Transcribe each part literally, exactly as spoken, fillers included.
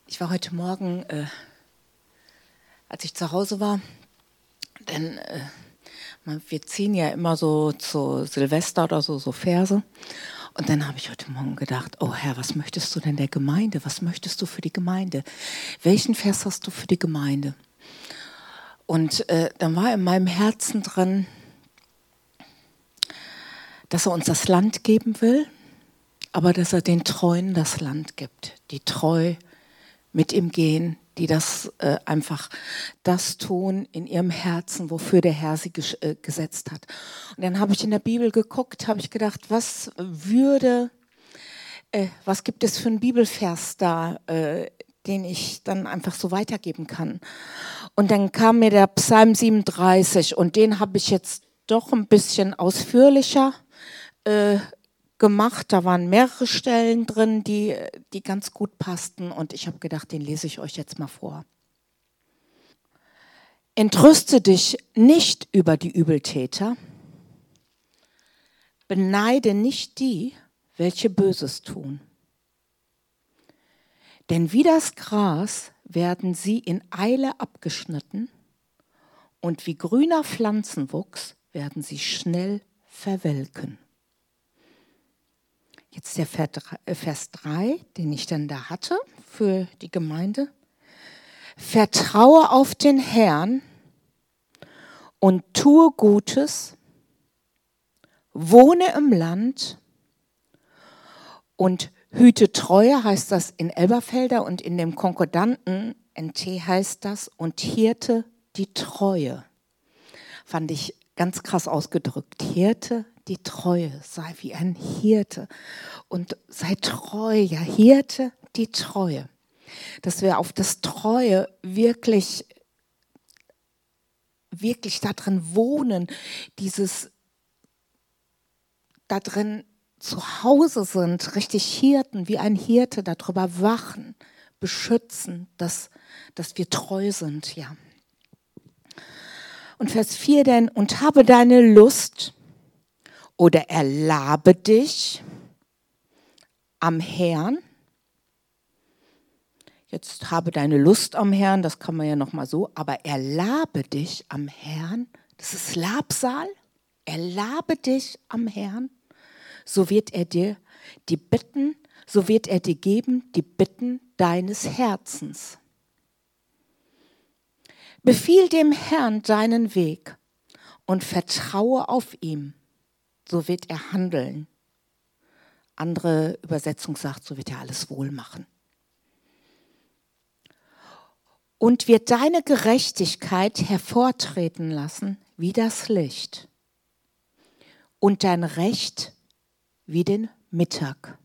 Ich war heute Morgen, äh, als ich zu Hause war, denn äh, wir ziehen ja immer so zu Silvester oder so, so Verse. Und dann habe ich heute Morgen gedacht, oh Herr, was möchtest du denn der Gemeinde? Was möchtest du für die Gemeinde? Welchen Vers hast du für die Gemeinde? Und äh, dann war in meinem Herzen drin, dass er uns das Land geben will, aber dass er den Treuen das Land gibt, die treu mit ihm gehen, die das äh, einfach das tun in ihrem Herzen, wofür der Herr sie ges- äh, gesetzt hat. Und dann habe ich in der Bibel geguckt, habe ich gedacht, was würde, äh, was gibt es für einen Bibelvers da, äh, den ich dann einfach so weitergeben kann. Und dann kam mir der Psalm siebenunddreißig und den habe ich jetzt doch ein bisschen ausführlicher äh, gemacht. Da waren mehrere Stellen drin, die, die ganz gut passten und ich habe gedacht, den lese ich euch jetzt mal vor. Entrüste dich nicht über die Übeltäter, beneide nicht die, welche Böses tun. Denn wie das Gras werden sie in Eile abgeschnitten und wie grüner Pflanzenwuchs werden sie schnell verwelken. Jetzt der Vers drei, den ich dann da hatte für die Gemeinde. Vertraue auf den Herrn und tue Gutes, wohne im Land und hüte Treue, heißt das in Elberfelder, und in dem Konkordanten N T heißt das, und Hirte die Treue. Fand ich ganz krass ausgedrückt. Hirte die Treue, sei wie ein Hirte und sei treu, ja, Hirte die Treue. Dass wir auf das Treue wirklich, wirklich da drin wohnen, dieses da drin zu Hause sind, richtig Hirten, wie ein Hirte, darüber wachen, beschützen, dass, dass wir treu sind, ja. Und Vers vier denn, und habe deine Lust oder erlabe dich am Herrn. Jetzt habe deine Lust am Herrn, das kann man ja nochmal so, aber erlabe dich am Herrn, das ist Labsal, erlabe dich am Herrn, so wird er dir die Bitten, so wird er dir geben, die Bitten deines Herzens. Befiehl dem Herrn deinen Weg und vertraue auf ihn, so wird er handeln. Andere Übersetzung sagt, so wird er alles wohl machen. Und wird deine Gerechtigkeit hervortreten lassen wie das Licht und dein Recht wie den Mittag.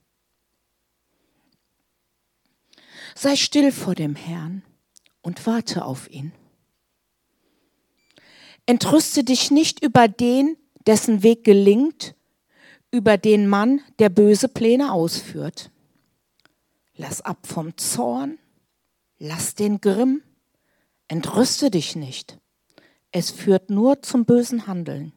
Sei still vor dem Herrn und warte auf ihn. Entrüste dich nicht über den, dessen Weg gelingt, über den Mann, der böse Pläne ausführt. Lass ab vom Zorn, lass den Grimm, entrüste dich nicht. Es führt nur zum bösen Handeln.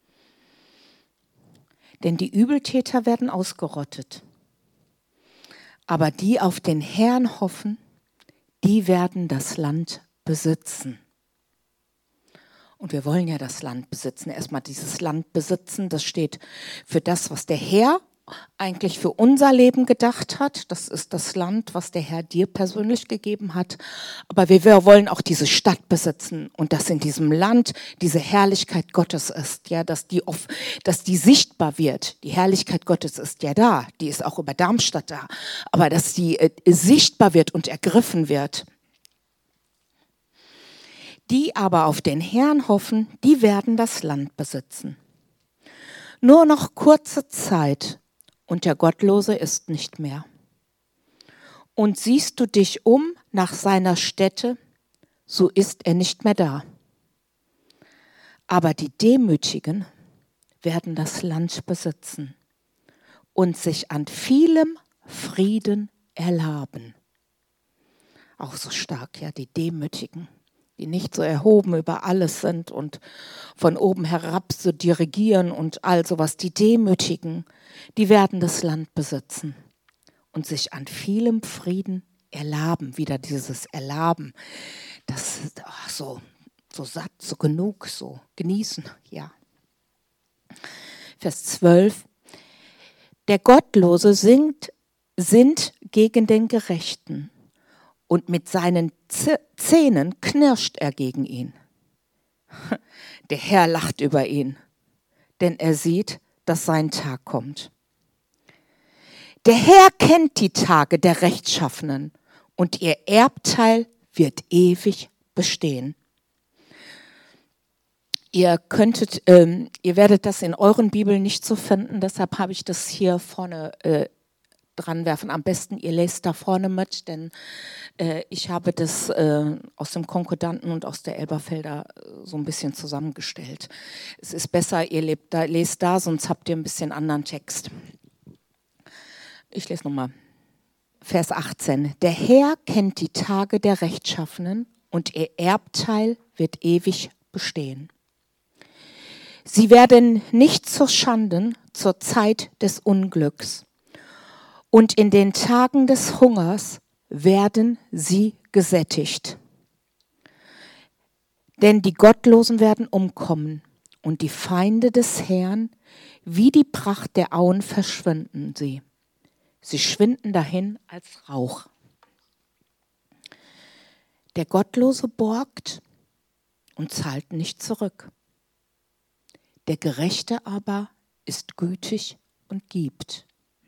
Denn die Übeltäter werden ausgerottet. Aber die auf den Herrn hoffen, die werden das Land besitzen. Und wir wollen ja das Land besitzen. Erstmal dieses Land besitzen, das steht für das, was der Herr eigentlich für unser Leben gedacht hat. Das ist das Land, was der Herr dir persönlich gegeben hat. Aber wir, wir wollen auch diese Stadt besitzen und dass in diesem Land diese Herrlichkeit Gottes ist, ja, dass die, auf, dass die sichtbar wird. Die Herrlichkeit Gottes ist ja da, die ist auch über Darmstadt da. Aber dass die äh, sichtbar wird und ergriffen wird. Die aber auf den Herrn hoffen, die werden das Land besitzen. Nur noch kurze Zeit und der Gottlose ist nicht mehr. Und siehst du dich um nach seiner Stätte, so ist er nicht mehr da. Aber die Demütigen werden das Land besitzen und sich an vielem Frieden erlaben. Auch so stark, ja, die Demütigen, die nicht so erhoben über alles sind und von oben herab so dirigieren und all sowas. Die Demütigen, die werden das Land besitzen und sich an vielem Frieden erlaben, wieder dieses Erlaben. Das ist ach, so, so satt, so genug, so genießen, ja. Vers zwölf. Der Gottlose singt, sinnt gegen den Gerechten und mit seinen Zähnen knirscht er gegen ihn. Der Herr lacht über ihn, denn er sieht, dass sein Tag kommt. Der Herr kennt die Tage der Rechtschaffenen und ihr Erbteil wird ewig bestehen. Ihr könntet, ähm, ihr werdet das in euren Bibeln nicht so finden, deshalb habe ich das hier vorne äh, dran werfen. Am besten ihr lest da vorne mit, denn äh, ich habe das äh, aus dem Konkordanten und aus der Elberfelder äh, so ein bisschen zusammengestellt. Es ist besser, ihr lebt da, lest da, sonst habt ihr ein bisschen anderen Text. Ich lese nochmal. Vers achtzehn. Der Herr kennt die Tage der Rechtschaffenen und ihr Erbteil wird ewig bestehen. Sie werden nicht zur Schanden zur Zeit des Unglücks. Und in den Tagen des Hungers werden sie gesättigt. Denn die Gottlosen werden umkommen und die Feinde des Herrn, wie die Pracht der Auen verschwinden sie. Sie schwinden dahin als Rauch. Der Gottlose borgt und zahlt nicht zurück. Der Gerechte aber ist gütig und gibt.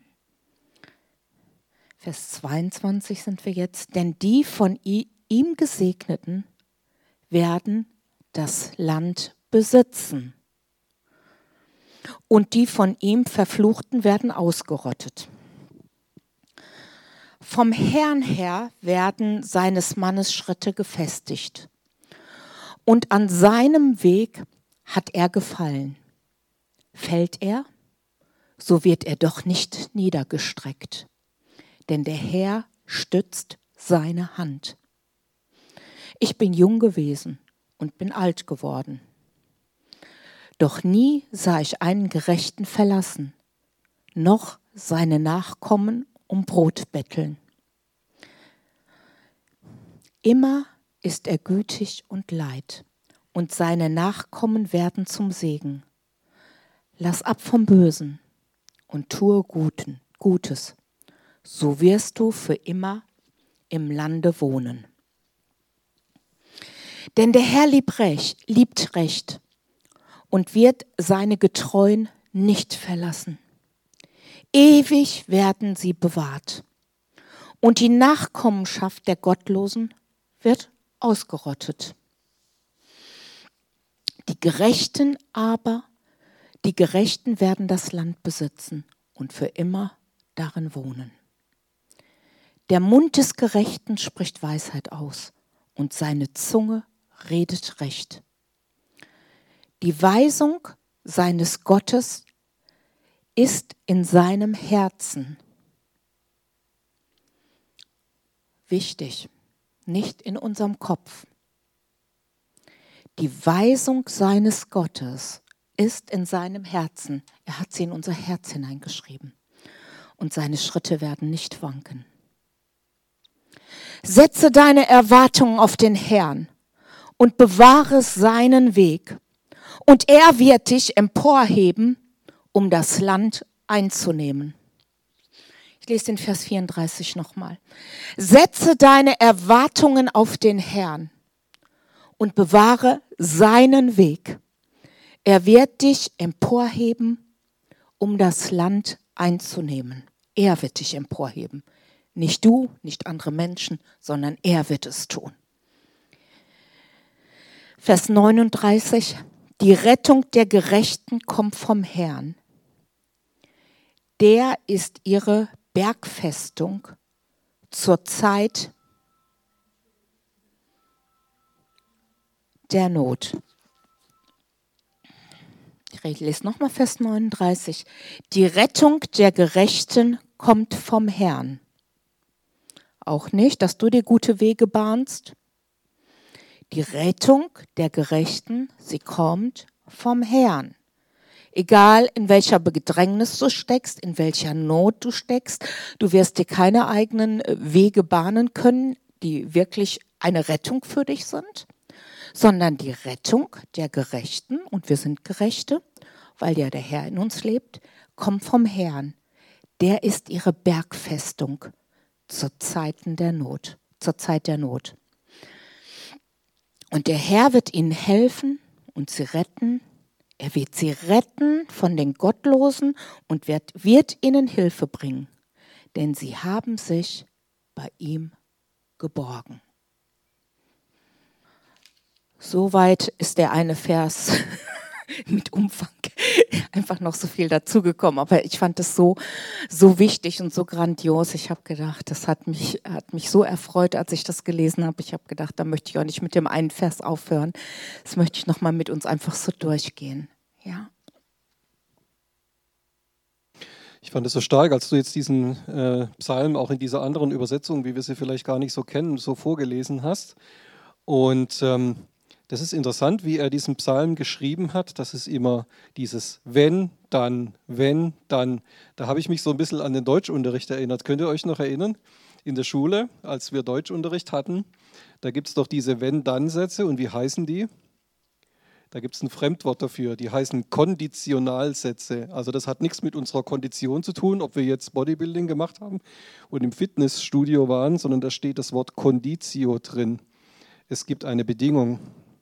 Vers zweiundzwanzig sind wir jetzt. Denn die von ihm Gesegneten werden das Land besitzen. Und die von ihm Verfluchten werden ausgerottet. Vom Herrn her werden seines Mannes Schritte gefestigt. Und an seinem Weg hat er gefallen. Fällt er, so wird er doch nicht niedergestreckt. Denn der Herr stützt seine Hand. Ich bin jung gewesen und bin alt geworden. Doch nie sah ich einen Gerechten verlassen, noch seine Nachkommen um Brot betteln. Immer ist er gütig und leid, und seine Nachkommen werden zum Segen. Lass ab vom Bösen und tue Guten, Gutes, so wirst du für immer im Lande wohnen. Denn der Herr liebt Recht, liebt Recht und wird seine Getreuen nicht verlassen. Ewig werden sie bewahrt. Und die Nachkommenschaft der Gottlosen wird ausgerottet. Die Gerechten aber, die Gerechten werden das Land besitzen und für immer darin wohnen. Der Mund des Gerechten spricht Weisheit aus und seine Zunge redet Recht. Die Weisung seines Gottes ist in seinem Herzen. Wichtig, nicht in unserem Kopf. Die Weisung seines Gottes ist in seinem Herzen. Er hat sie in unser Herz hineingeschrieben. Und seine Schritte werden nicht wanken. Setze deine Erwartungen auf den Herrn und bewahre seinen Weg. Und er wird dich emporheben, um das Land einzunehmen. Ich lese den Vers vierunddreißig nochmal. Setze deine Erwartungen auf den Herrn und bewahre seinen Weg. Er wird dich emporheben, um das Land einzunehmen. Er wird dich emporheben. Nicht du, nicht andere Menschen, sondern er wird es tun. Vers neununddreißig. Die Rettung der Gerechten kommt vom Herrn. Der ist ihre Bergfestung zur Zeit der Not. Ich lese nochmal Vers neununddreißig. Die Rettung der Gerechten kommt vom Herrn. Auch nicht, dass du dir gute Wege bahnst. Die Rettung der Gerechten, sie kommt vom Herrn. Egal in welcher Bedrängnis du steckst, in welcher Not du steckst, du wirst dir keine eigenen Wege bahnen können, die wirklich eine Rettung für dich sind, sondern die Rettung der Gerechten, und wir sind Gerechte, weil ja der Herr in uns lebt, kommt vom Herrn. Der ist ihre Bergfestung zur Zeiten der Not, zur Zeit der Not. Und der Herr wird ihnen helfen und sie retten. Er wird sie retten von den Gottlosen und wird, wird ihnen Hilfe bringen, denn sie haben sich bei ihm geborgen. Soweit ist der eine Vers mit Umfang einfach noch so viel dazugekommen. Aber ich fand es so, so wichtig und so grandios. Ich habe gedacht, das hat mich, hat mich so erfreut, als ich das gelesen habe. Ich habe gedacht, da möchte ich auch nicht mit dem einen Vers aufhören. Das möchte ich nochmal mit uns einfach so durchgehen. Ja. Ich fand es so stark, als du jetzt diesen äh, Psalm auch in dieser anderen Übersetzung, wie wir sie vielleicht gar nicht so kennen, so vorgelesen hast. Und ähm, das ist interessant, wie er diesen Psalm geschrieben hat. Das ist immer dieses wenn, dann, wenn, dann. Da habe ich mich so ein bisschen an den Deutschunterricht erinnert. Könnt ihr euch noch erinnern? In der Schule, als wir Deutschunterricht hatten, da gibt es doch diese wenn-dann-Sätze. Und wie heißen die? Da gibt es ein Fremdwort dafür, die heißen Konditionalsätze. Also das hat nichts mit unserer Kondition zu tun, ob wir jetzt Bodybuilding gemacht haben und im Fitnessstudio waren, sondern da steht das Wort Conditio drin. Es gibt eine Bedingung.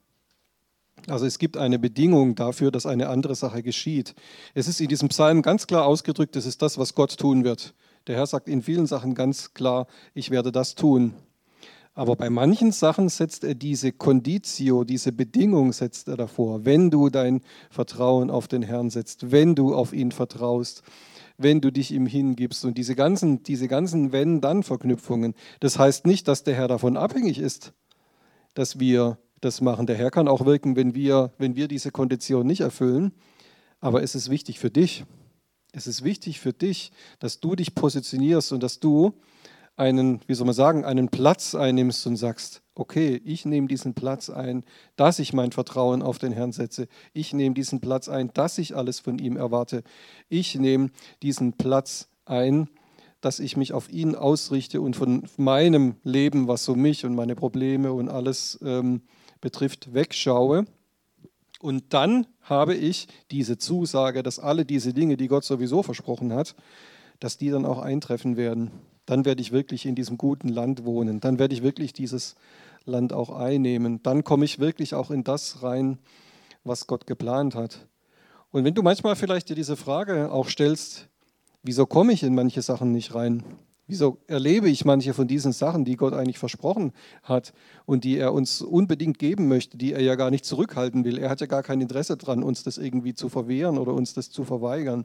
Also es gibt eine Bedingung dafür, dass eine andere Sache geschieht. Es ist in diesem Psalm ganz klar ausgedrückt, das ist das, was Gott tun wird. Der Herr sagt in vielen Sachen ganz klar, ich werde das tun. Aber bei manchen Sachen setzt er diese Conditio, diese Bedingung setzt er davor. Wenn du dein Vertrauen auf den Herrn setzt, wenn du auf ihn vertraust, wenn du dich ihm hingibst und diese ganzen, diese ganzen Wenn-Dann-Verknüpfungen. Das heißt nicht, dass der Herr davon abhängig ist, dass wir das machen. Der Herr kann auch wirken, wenn wir, wenn wir diese Kondition nicht erfüllen. Aber es ist wichtig für dich. Es ist wichtig für dich, dass du dich positionierst und dass du einen, wie soll man sagen, einen Platz einnimmst und sagst, okay, ich nehme diesen Platz ein, dass ich mein Vertrauen auf den Herrn setze. Ich nehme diesen Platz ein, dass ich alles von ihm erwarte. Ich nehme diesen Platz ein, dass ich mich auf ihn ausrichte und von meinem Leben, was so mich und meine Probleme und alles ähm, betrifft, wegschaue. Und dann habe ich diese Zusage, dass alle diese Dinge, die Gott sowieso versprochen hat, dass die dann auch eintreffen werden. Dann werde ich wirklich in diesem guten Land wohnen. Dann werde ich wirklich dieses Land auch einnehmen. Dann komme ich wirklich auch in das rein, was Gott geplant hat. Und wenn du manchmal vielleicht dir diese Frage auch stellst, wieso komme ich in manche Sachen nicht rein? Wieso erlebe ich manche von diesen Sachen, die Gott eigentlich versprochen hat und die er uns unbedingt geben möchte, die er ja gar nicht zurückhalten will? Er hat ja gar kein Interesse daran, uns das irgendwie zu verwehren oder uns das zu verweigern.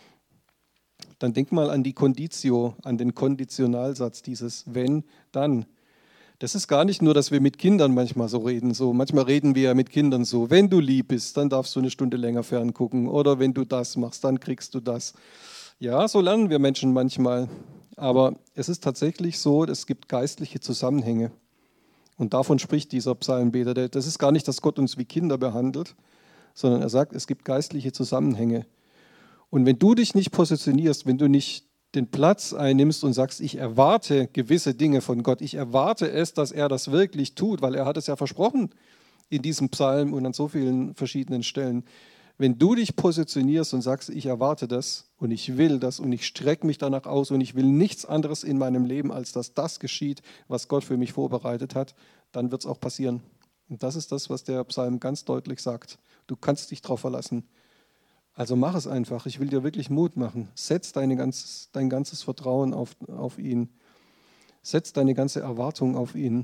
Dann denk mal an die Conditio, an den Konditionalsatz, dieses wenn, dann. Das ist gar nicht nur, dass wir mit Kindern manchmal so reden. So, manchmal reden wir ja mit Kindern so, wenn du lieb bist, dann darfst du eine Stunde länger ferngucken. Oder wenn du das machst, dann kriegst du das. Ja, so lernen wir Menschen manchmal. Aber es ist tatsächlich so, es gibt geistliche Zusammenhänge. Und davon spricht dieser Psalmbeter. Das ist gar nicht, dass Gott uns wie Kinder behandelt, sondern er sagt, es gibt geistliche Zusammenhänge. Und wenn du dich nicht positionierst, wenn du nicht den Platz einnimmst und sagst, ich erwarte gewisse Dinge von Gott, ich erwarte es, dass er das wirklich tut, weil er hat es ja versprochen in diesem Psalm und an so vielen verschiedenen Stellen. Wenn du dich positionierst und sagst, ich erwarte das und ich will das und ich strecke mich danach aus und ich will nichts anderes in meinem Leben, als dass das geschieht, was Gott für mich vorbereitet hat, dann wird es auch passieren. Und das ist das, was der Psalm ganz deutlich sagt. Du kannst dich darauf verlassen. Also mach es einfach. Ich will dir wirklich Mut machen. Setz deine ganzes, dein ganzes Vertrauen auf, auf ihn. Setz deine ganze Erwartung auf ihn.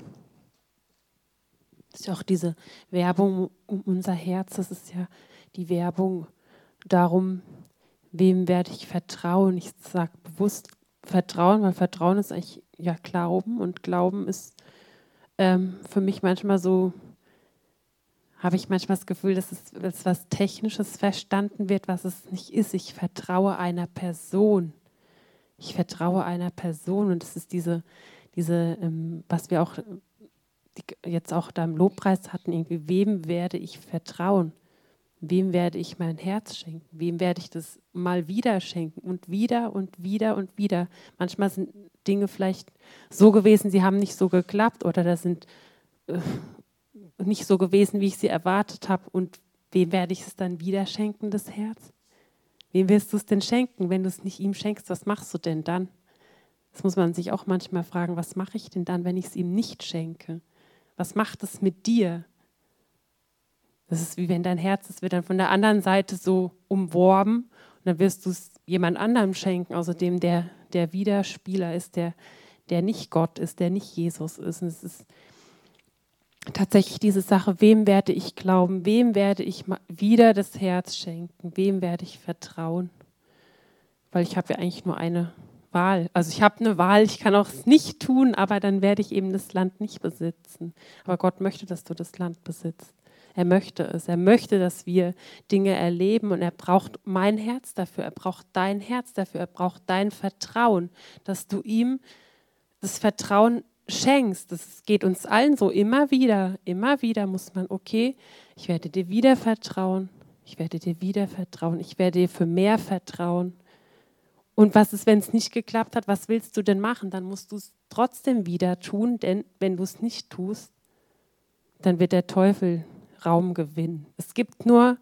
Das ist ja auch diese Werbung um unser Herz. Das ist ja die Werbung darum, wem werde ich vertrauen. Ich sage bewusst Vertrauen, weil Vertrauen ist eigentlich ja Glauben. Und Glauben ist ähm, für mich manchmal so, habe ich manchmal das Gefühl, dass es als was Technisches verstanden wird, was es nicht ist. Ich vertraue einer Person. Ich vertraue einer Person und es ist diese, diese ähm, was wir auch die, jetzt auch da im Lobpreis hatten, irgendwie, wem werde ich vertrauen? wem werde ich mein Herz schenken? Wem werde ich das mal wieder schenken? Und wieder und wieder und wieder. Manchmal sind Dinge vielleicht so gewesen, sie haben nicht so geklappt oder das sind äh, nicht so gewesen, wie ich sie erwartet habe. Und wem werde ich es dann wieder schenken, das Herz? Wem wirst du es denn schenken? Wenn du es nicht ihm schenkst, was machst du denn dann? Das muss man sich auch manchmal fragen, was mache ich denn dann, wenn ich es ihm nicht schenke? Was macht es mit dir? Das ist wie wenn dein Herz, es wird dann von der anderen Seite so umworben und dann wirst du es jemand anderem schenken, außerdem der, der Widerspieler ist, der, der nicht Gott ist, der nicht Jesus ist. Und es ist tatsächlich diese Sache, wem werde ich glauben, wem werde ich wieder das Herz schenken, wem werde ich vertrauen? Weil ich habe ja eigentlich nur eine Wahl. Also ich habe eine Wahl, ich kann auch es nicht tun, aber dann werde ich eben das Land nicht besitzen. Aber Gott möchte, dass du das Land besitzt. Er möchte es. Er möchte, dass wir Dinge erleben und er braucht mein Herz dafür. Er braucht dein Herz dafür. Er braucht dein Vertrauen, dass du ihm das Vertrauen schenkst. Das geht uns allen so immer wieder. Immer wieder muss man, okay, ich werde dir wieder vertrauen. Ich werde dir wieder vertrauen. Ich werde dir für mehr vertrauen. Und was ist, wenn es nicht geklappt hat? Was willst du denn machen? Dann musst du es trotzdem wieder tun, denn wenn du es nicht tust, dann wird der Teufel Raum gewinnen. Es gibt nur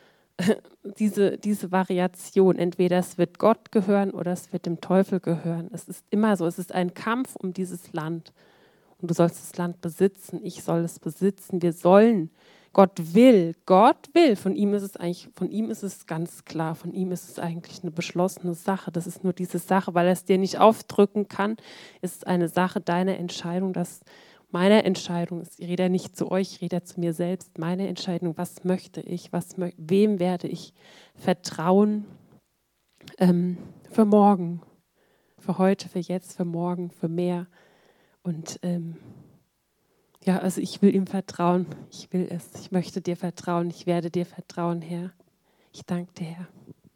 diese, diese Variation. Entweder es wird Gott gehören oder es wird dem Teufel gehören. Es ist immer so. Es ist ein Kampf um dieses Land. Und du sollst das Land besitzen. Ich soll es besitzen. Wir sollen. Gott will. Gott will. Von ihm ist es eigentlich, von ihm ist es ganz klar. Von ihm ist es eigentlich eine beschlossene Sache. Das ist nur diese Sache, weil er es dir nicht aufdrücken kann, ist es eine Sache deiner Entscheidung, dass meine Entscheidung ist, ich rede ja nicht zu euch, ich rede ja zu mir selbst, meine Entscheidung, was möchte ich, was mö- wem werde ich vertrauen ähm, für morgen, für heute, für jetzt, für morgen, für mehr. Und ähm, ja, also ich will ihm vertrauen, ich will es, ich möchte dir vertrauen, ich werde dir vertrauen, Herr. Ich danke dir, Herr.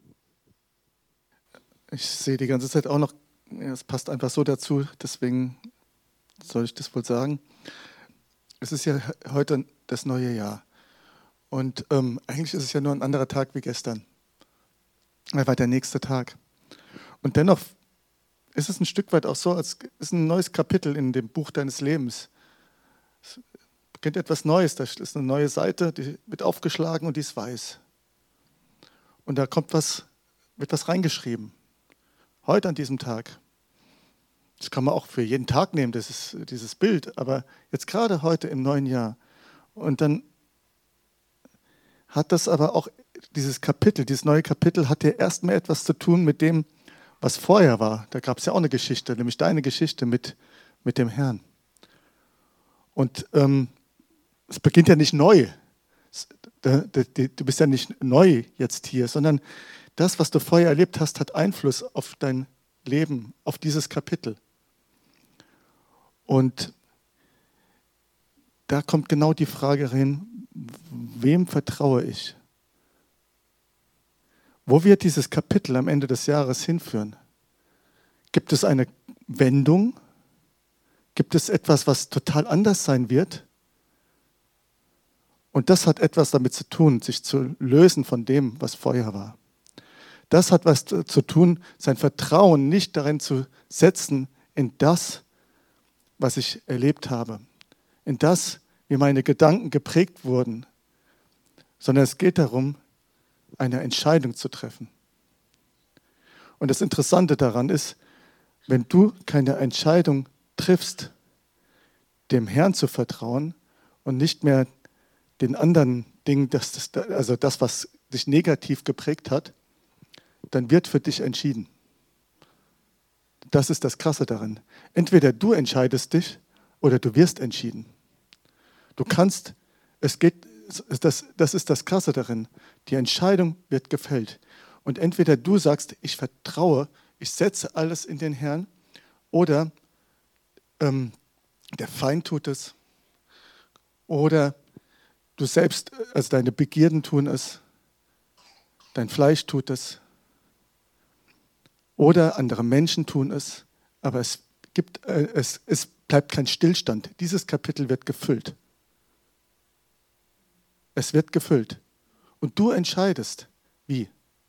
Ich sehe die ganze Zeit auch noch, es passt einfach so dazu, deswegen soll ich das wohl sagen. Es ist ja heute das neue Jahr und ähm, eigentlich ist es ja nur ein anderer Tag wie gestern, einfach der nächste Tag. Und dennoch ist es ein Stück weit auch so, als ist ein neues Kapitel in dem Buch deines Lebens. Es beginnt etwas Neues, da ist eine neue Seite, die wird aufgeschlagen und die ist weiß. Und da kommt was, wird was reingeschrieben. Heute an diesem Tag. Das kann man auch für jeden Tag nehmen, das ist dieses Bild, aber jetzt gerade heute im neuen Jahr. Und dann hat das aber auch, dieses Kapitel, dieses neue Kapitel hat ja erstmal etwas zu tun mit dem, was vorher war. Da gab es ja auch eine Geschichte, nämlich deine Geschichte mit, mit dem Herrn. Und ähm, es beginnt ja nicht neu. Du bist ja nicht neu jetzt hier, sondern das, was du vorher erlebt hast, hat Einfluss auf dein Leben, auf dieses Kapitel. Und da kommt genau die Frage rein, wem vertraue ich? Wo wird dieses Kapitel am Ende des Jahres hinführen? Gibt es eine Wendung? Gibt es etwas, was total anders sein wird? Und das hat etwas damit zu tun, sich zu lösen von dem, was vorher war. Das hat was zu tun, sein Vertrauen nicht darin zu setzen, in das, was ich erlebt habe, in das, wie meine Gedanken geprägt wurden, sondern es geht darum, eine Entscheidung zu treffen. Und das Interessante daran ist, wenn du keine Entscheidung triffst, dem Herrn zu vertrauen und nicht mehr den anderen Dingen, das, das, also das, was dich negativ geprägt hat, dann wird für dich entschieden. Das ist das Krasse daran. Entweder du entscheidest dich oder du wirst entschieden. Du kannst, es geht, das, das ist das Krasse darin. Die Entscheidung wird gefällt. Und entweder du sagst, ich vertraue, ich setze alles in den Herrn, oder ähm, der Feind tut es, oder du selbst, also deine Begierden tun es, dein Fleisch tut es, oder andere Menschen tun es, aber es, gibt, äh, es, es bleibt kein Stillstand. Dieses Kapitel wird gefüllt. Es wird gefüllt. Und du entscheidest, wie.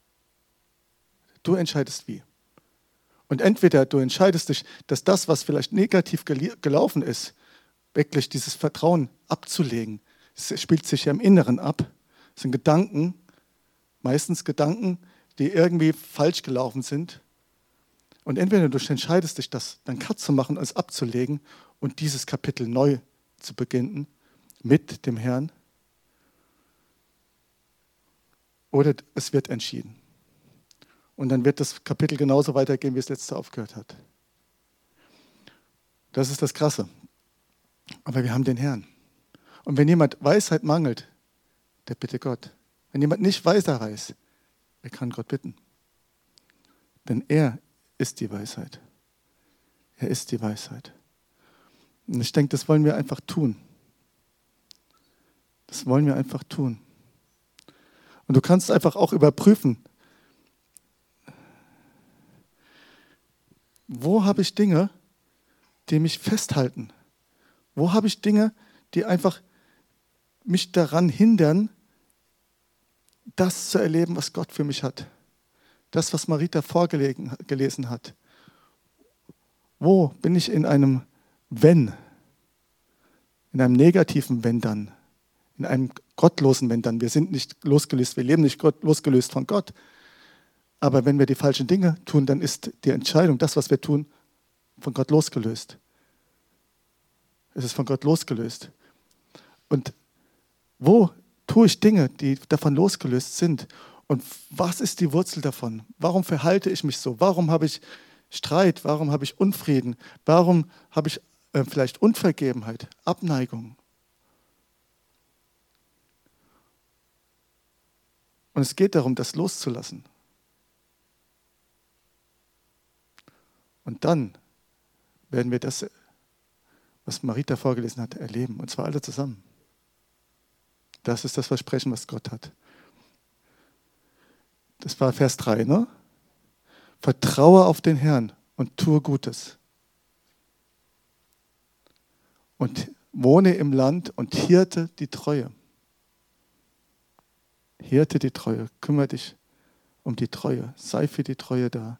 Du entscheidest, wie. Und entweder du entscheidest dich, dass das, was vielleicht negativ gel- gelaufen ist, wirklich dieses Vertrauen abzulegen. Es spielt sich ja im Inneren ab. Es sind Gedanken, meistens Gedanken, die irgendwie falsch gelaufen sind. Und entweder du entscheidest dich, das dann Cut zu machen, es abzulegen und dieses Kapitel neu zu beginnen mit dem Herrn. Oder es wird entschieden. Und dann wird das Kapitel genauso weitergehen, wie es letzte aufgehört hat. Das ist das Krasse. Aber wir haben den Herrn. Und wenn jemand Weisheit mangelt, der bitte Gott. Wenn jemand nicht weiter weiß, er kann Gott bitten. Denn er ist die Weisheit. Er ist die Weisheit. Und ich denke, das wollen wir einfach tun. Das wollen wir einfach tun. Und du kannst einfach auch überprüfen, wo habe ich Dinge, die mich festhalten? Wo habe ich Dinge, die einfach mich daran hindern, das zu erleben, was Gott für mich hat? Das, was Marita vorgelesen hat. Wo bin ich in einem Wenn? In einem negativen Wenn dann? In einem gottlosen Wenn dann? Wir sind nicht losgelöst, wir leben nicht losgelöst von Gott. Aber wenn wir die falschen Dinge tun, dann ist die Entscheidung, das, was wir tun, von Gott losgelöst. Es ist von Gott losgelöst. Und wo tue ich Dinge, die davon losgelöst sind? Und was ist die Wurzel davon? Warum verhalte ich mich so? Warum habe ich Streit? Warum habe ich Unfrieden? Warum habe ich äh, vielleicht Unvergebenheit, Abneigung? Und es geht darum, das loszulassen. Und dann werden wir das, was Marita vorgelesen hat, erleben. Und zwar alle zusammen. Das ist das Versprechen, was Gott hat. Das war Vers drei, ne? Vertraue auf den Herrn und tue Gutes. Und wohne im Land und hirte die Treue. Hirte die Treue. Kümmere dich um die Treue. Sei für die Treue da.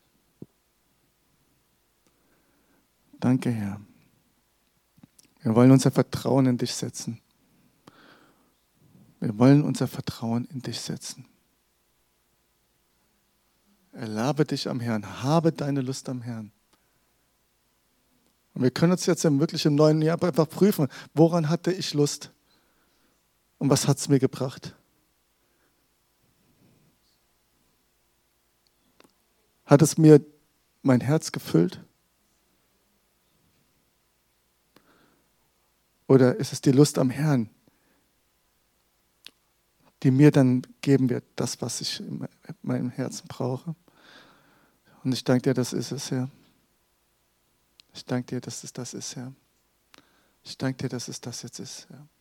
Danke, Herr. Wir wollen unser Vertrauen in dich setzen. Wir wollen unser Vertrauen in dich setzen. Erlabe dich am Herrn. Habe deine Lust am Herrn. Und wir können uns jetzt wirklich im neuen Jahr einfach prüfen, woran hatte ich Lust und was hat es mir gebracht? Hat es mir mein Herz gefüllt? Oder ist es die Lust am Herrn, die mir dann geben wird, das, was ich in meinem Herzen brauche? Und ich danke dir, das ist es, Herr. Ich danke dir, dass es das ist, Herr. Ich danke dir, dass es das jetzt ist, Herr.